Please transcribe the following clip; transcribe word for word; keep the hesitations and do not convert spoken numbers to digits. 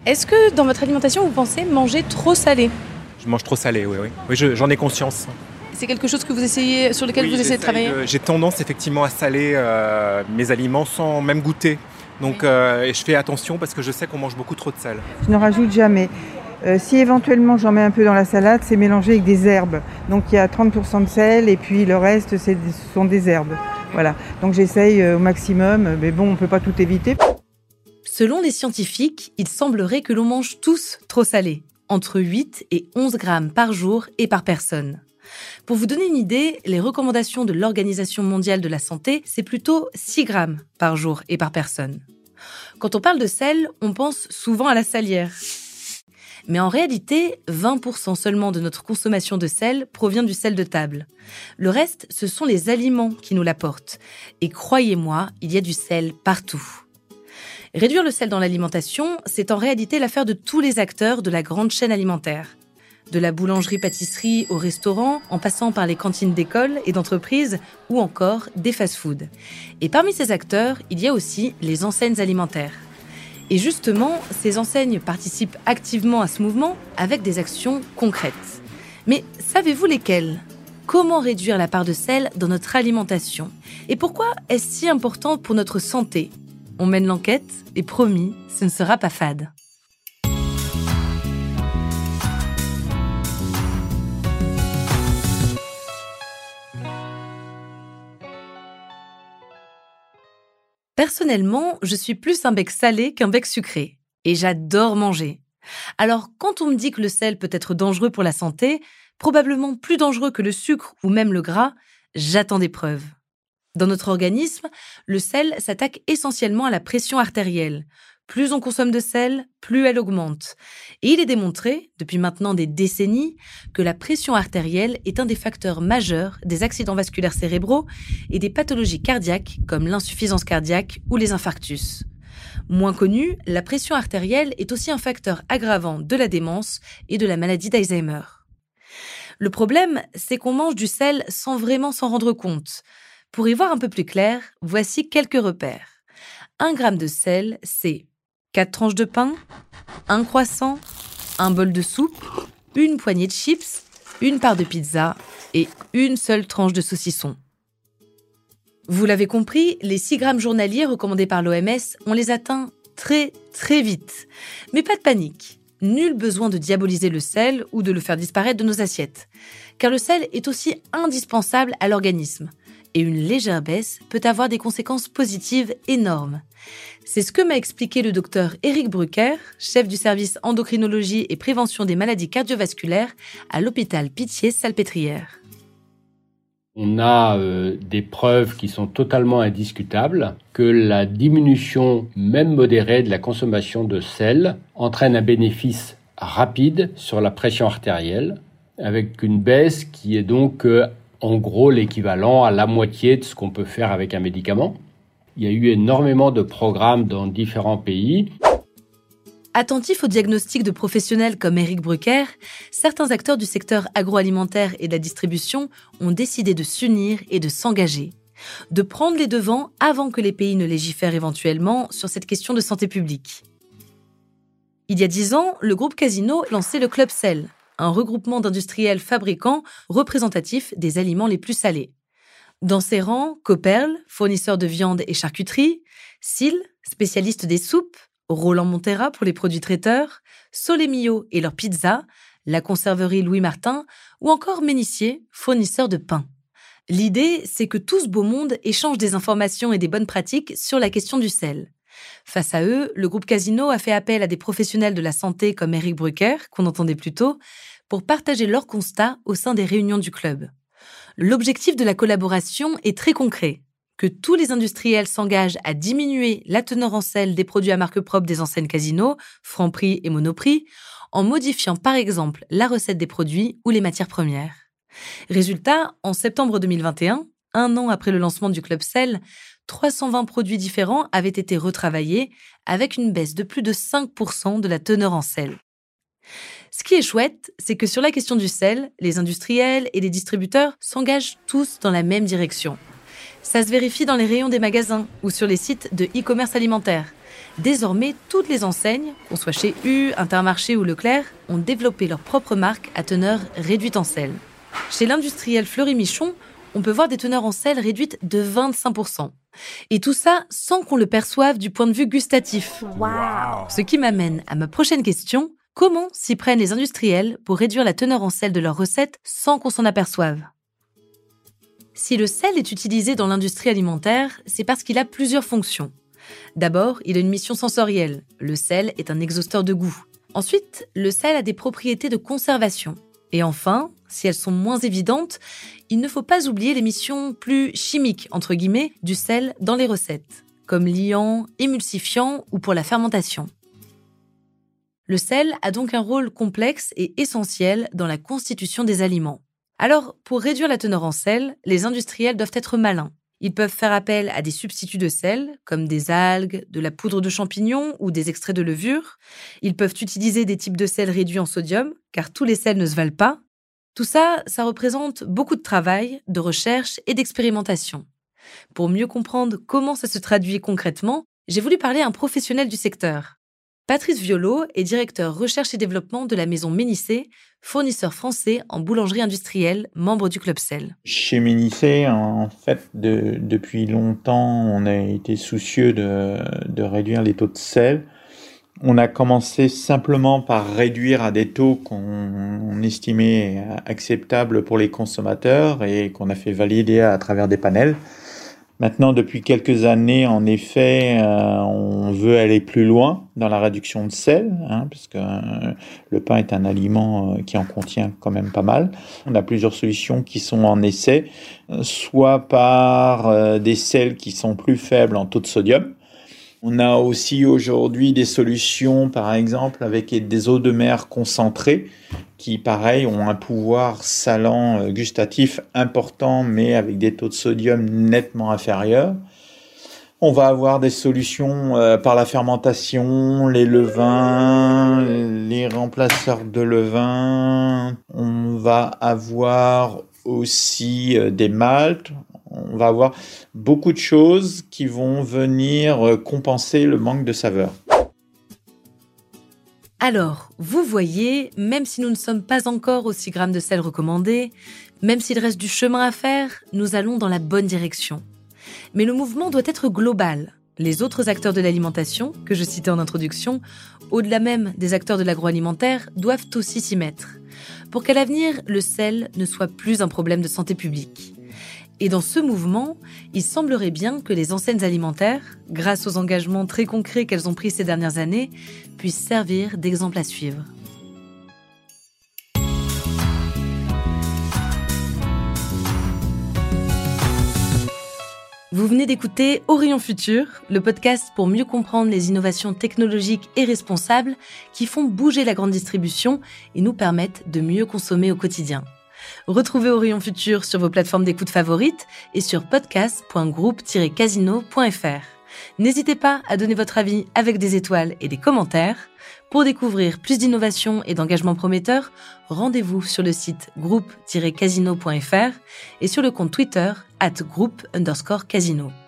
Est-ce que dans votre alimentation, vous pensez manger trop salé? Je mange trop salé, oui, oui. Oui, je- j'en ai conscience. C'est quelque chose que vous essayez, sur lequel Oui, vous essayez de j'essaye travailler? de- J'ai tendance effectivement à saler euh, mes aliments sans même goûter. Donc euh, et je fais attention parce que je sais qu'on mange beaucoup trop de sel. Je ne rajoute jamais. Euh, si éventuellement j'en mets un peu dans la salade, c'est mélangé avec des herbes. Donc il y a trente pour cent de sel et puis le reste, c'est, ce sont des herbes. Voilà. Donc j'essaye euh, au maximum, mais bon, on ne peut pas tout éviter. Selon les scientifiques, il semblerait que l'on mange tous trop salé, entre huit et onze grammes par jour et par personne. Pour vous donner une idée, les recommandations de l'Organisation mondiale de la santé, c'est plutôt six grammes par jour et par personne. Quand on parle de sel, on pense souvent à la salière. Mais en réalité, vingt pour cent seulement de notre consommation de sel provient du sel de table. Le reste, ce sont les aliments qui nous l'apportent. Et croyez-moi, il y a du sel partout. Réduire le sel dans l'alimentation, c'est en réalité l'affaire de tous les acteurs de la grande chaîne alimentaire. De la boulangerie-pâtisserie au restaurant, en passant par les cantines d'école et d'entreprises, ou encore des fast-foods. Et parmi ces acteurs, il y a aussi les enseignes alimentaires. Et justement, ces enseignes participent activement à ce mouvement avec des actions concrètes. Mais savez-vous lesquelles ? Comment réduire la part de sel dans notre alimentation ? Et pourquoi est-ce si important pour notre santé ? On mène l'enquête et promis, ce ne sera pas fade. Personnellement, je suis plus un bec salé qu'un bec sucré. Et j'adore manger. Alors, quand on me dit que le sel peut être dangereux pour la santé, probablement plus dangereux que le sucre ou même le gras, j'attends des preuves. Dans notre organisme, le sel s'attaque essentiellement à la pression artérielle. Plus on consomme de sel, plus elle augmente. Et il est démontré, depuis maintenant des décennies, que la pression artérielle est un des facteurs majeurs des accidents vasculaires cérébraux et des pathologies cardiaques comme l'insuffisance cardiaque ou les infarctus. Moins connu, la pression artérielle est aussi un facteur aggravant de la démence et de la maladie d'Alzheimer. Le problème, c'est qu'on mange du sel sans vraiment s'en rendre compte. Pour y voir un peu plus clair, voici quelques repères. Un gramme de sel, c'est quatre tranches de pain, un croissant, un bol de soupe, une poignée de chips, une part de pizza et une seule tranche de saucisson. Vous l'avez compris, les six grammes journaliers recommandés par l'O M S, on les atteint très très vite. Mais pas de panique. Nul besoin de diaboliser le sel ou de le faire disparaître de nos assiettes. Car le sel est aussi indispensable à l'organisme. Et une légère baisse peut avoir des conséquences positives énormes. C'est ce que m'a expliqué le docteur Éric Brucker, chef du service endocrinologie et prévention des maladies cardiovasculaires à l'hôpital Pitié-Salpêtrière. On a euh, des preuves qui sont totalement indiscutables que la diminution, même modérée, de la consommation de sel entraîne un bénéfice rapide sur la pression artérielle, avec une baisse qui est donc euh, en gros l'équivalent à la moitié de ce qu'on peut faire avec un médicament. Il y a eu énormément de programmes dans différents pays. Attentifs au diagnostic de professionnels comme Éric Brucker, certains acteurs du secteur agroalimentaire et de la distribution ont décidé de s'unir et de s'engager, de prendre les devants avant que les pays ne légifèrent éventuellement sur cette question de santé publique. Il y a dix ans, le groupe Casino lançait le Club Sel, un regroupement d'industriels fabricants représentatifs des aliments les plus salés. Dans ses rangs, Copperle, fournisseur de viande et charcuterie, Sil, spécialiste des soupes, Roland Montera pour les produits traiteurs, Solemio et leurs pizzas, la conserverie Louis Martin ou encore Ménissier, fournisseur de pain. L'idée, c'est que tout ce beau monde échange des informations et des bonnes pratiques sur la question du sel. Face à eux, le groupe Casino a fait appel à des professionnels de la santé comme Éric Brucker, qu'on entendait plus tôt, pour partager leurs constats au sein des réunions du club. L'objectif de la collaboration est très concret. Que tous les industriels s'engagent à diminuer la teneur en sel des produits à marque propre des enseignes Casino, Franprix et Monoprix, en modifiant par exemple la recette des produits ou les matières premières. Résultat, en septembre deux mille vingt et un, un an après le lancement du Club Sel, trois cent vingt produits différents avaient été retravaillés avec une baisse de plus de cinq pour cent de la teneur en sel. Ce qui est chouette, c'est que sur la question du sel, les industriels et les distributeurs s'engagent tous dans la même direction. Ça se vérifie dans les rayons des magasins ou sur les sites de e-commerce alimentaire. Désormais, toutes les enseignes, qu'on soit chez U, Intermarché ou Leclerc, ont développé leur propre marque à teneur réduite en sel. Chez l'industriel Fleury-Michon, on peut voir des teneurs en sel réduites de vingt-cinq pour cent. Et tout ça sans qu'on le perçoive du point de vue gustatif. Wow. Ce qui m'amène à ma prochaine question. Comment s'y prennent les industriels pour réduire la teneur en sel de leurs recettes sans qu'on s'en aperçoive ? Si le sel est utilisé dans l'industrie alimentaire, c'est parce qu'il a plusieurs fonctions. D'abord, il a une mission sensorielle. Le sel est un exhausteur de goût. Ensuite, le sel a des propriétés de conservation. Et enfin, si elles sont moins évidentes, il ne faut pas oublier les missions plus chimiques, entre guillemets, du sel dans les recettes, comme liant, émulsifiant ou pour la fermentation. Le sel a donc un rôle complexe et essentiel dans la constitution des aliments. Alors, pour réduire la teneur en sel, les industriels doivent être malins. Ils peuvent faire appel à des substituts de sel, comme des algues, de la poudre de champignons ou des extraits de levure. Ils peuvent utiliser des types de sel réduits en sodium, car tous les sels ne se valent pas. Tout ça, ça représente beaucoup de travail, de recherche et d'expérimentation. Pour mieux comprendre comment ça se traduit concrètement, j'ai voulu parler à un professionnel du secteur. Patrice Violot est directeur recherche et développement de la maison Ménissé, fournisseur français en boulangerie industrielle, membre du Club Sel. Chez Ménissé, en fait, de, depuis longtemps, on a été soucieux de, de réduire les taux de sel. On a commencé simplement par réduire à des taux qu'on estimait acceptables pour les consommateurs et qu'on a fait valider à travers des panels. Maintenant, depuis quelques années, en effet, euh, on veut aller plus loin dans la réduction de sel, hein, parce que euh, le pain est un aliment euh, qui en contient quand même pas mal. On a plusieurs solutions qui sont en essai, euh, soit par euh, des sels qui sont plus faibles en taux de sodium. On a aussi aujourd'hui des solutions, par exemple, avec des eaux de mer concentrées, qui, pareil, ont un pouvoir salant euh, gustatif important, mais avec des taux de sodium nettement inférieurs. On va avoir des solutions euh, par la fermentation, les levains, les remplaceurs de levain. On va avoir aussi euh, des maltes. On va avoir beaucoup de choses qui vont venir compenser le manque de saveur. Alors, vous voyez, même si nous ne sommes pas encore aux six grammes de sel recommandés, même s'il reste du chemin à faire, nous allons dans la bonne direction. Mais le mouvement doit être global. Les autres acteurs de l'alimentation, que je citais en introduction, au-delà même des acteurs de l'agroalimentaire, doivent aussi s'y mettre, pour qu'à l'avenir, le sel ne soit plus un problème de santé publique. Et dans ce mouvement, il semblerait bien que les enseignes alimentaires, grâce aux engagements très concrets qu'elles ont pris ces dernières années, puissent servir d'exemple à suivre. Vous venez d'écouter Orion Futur, le podcast pour mieux comprendre les innovations technologiques et responsables qui font bouger la grande distribution et nous permettent de mieux consommer au quotidien. Retrouvez Orion Futur sur vos plateformes d'écoute favorites et sur podcast point groupe tiret casino point f r. N'hésitez pas à donner votre avis avec des étoiles et des commentaires. Pour découvrir plus d'innovations et d'engagements prometteurs, rendez-vous sur le site groupe tiret casino point f r et sur le compte Twitter arobase groupe underscore casino.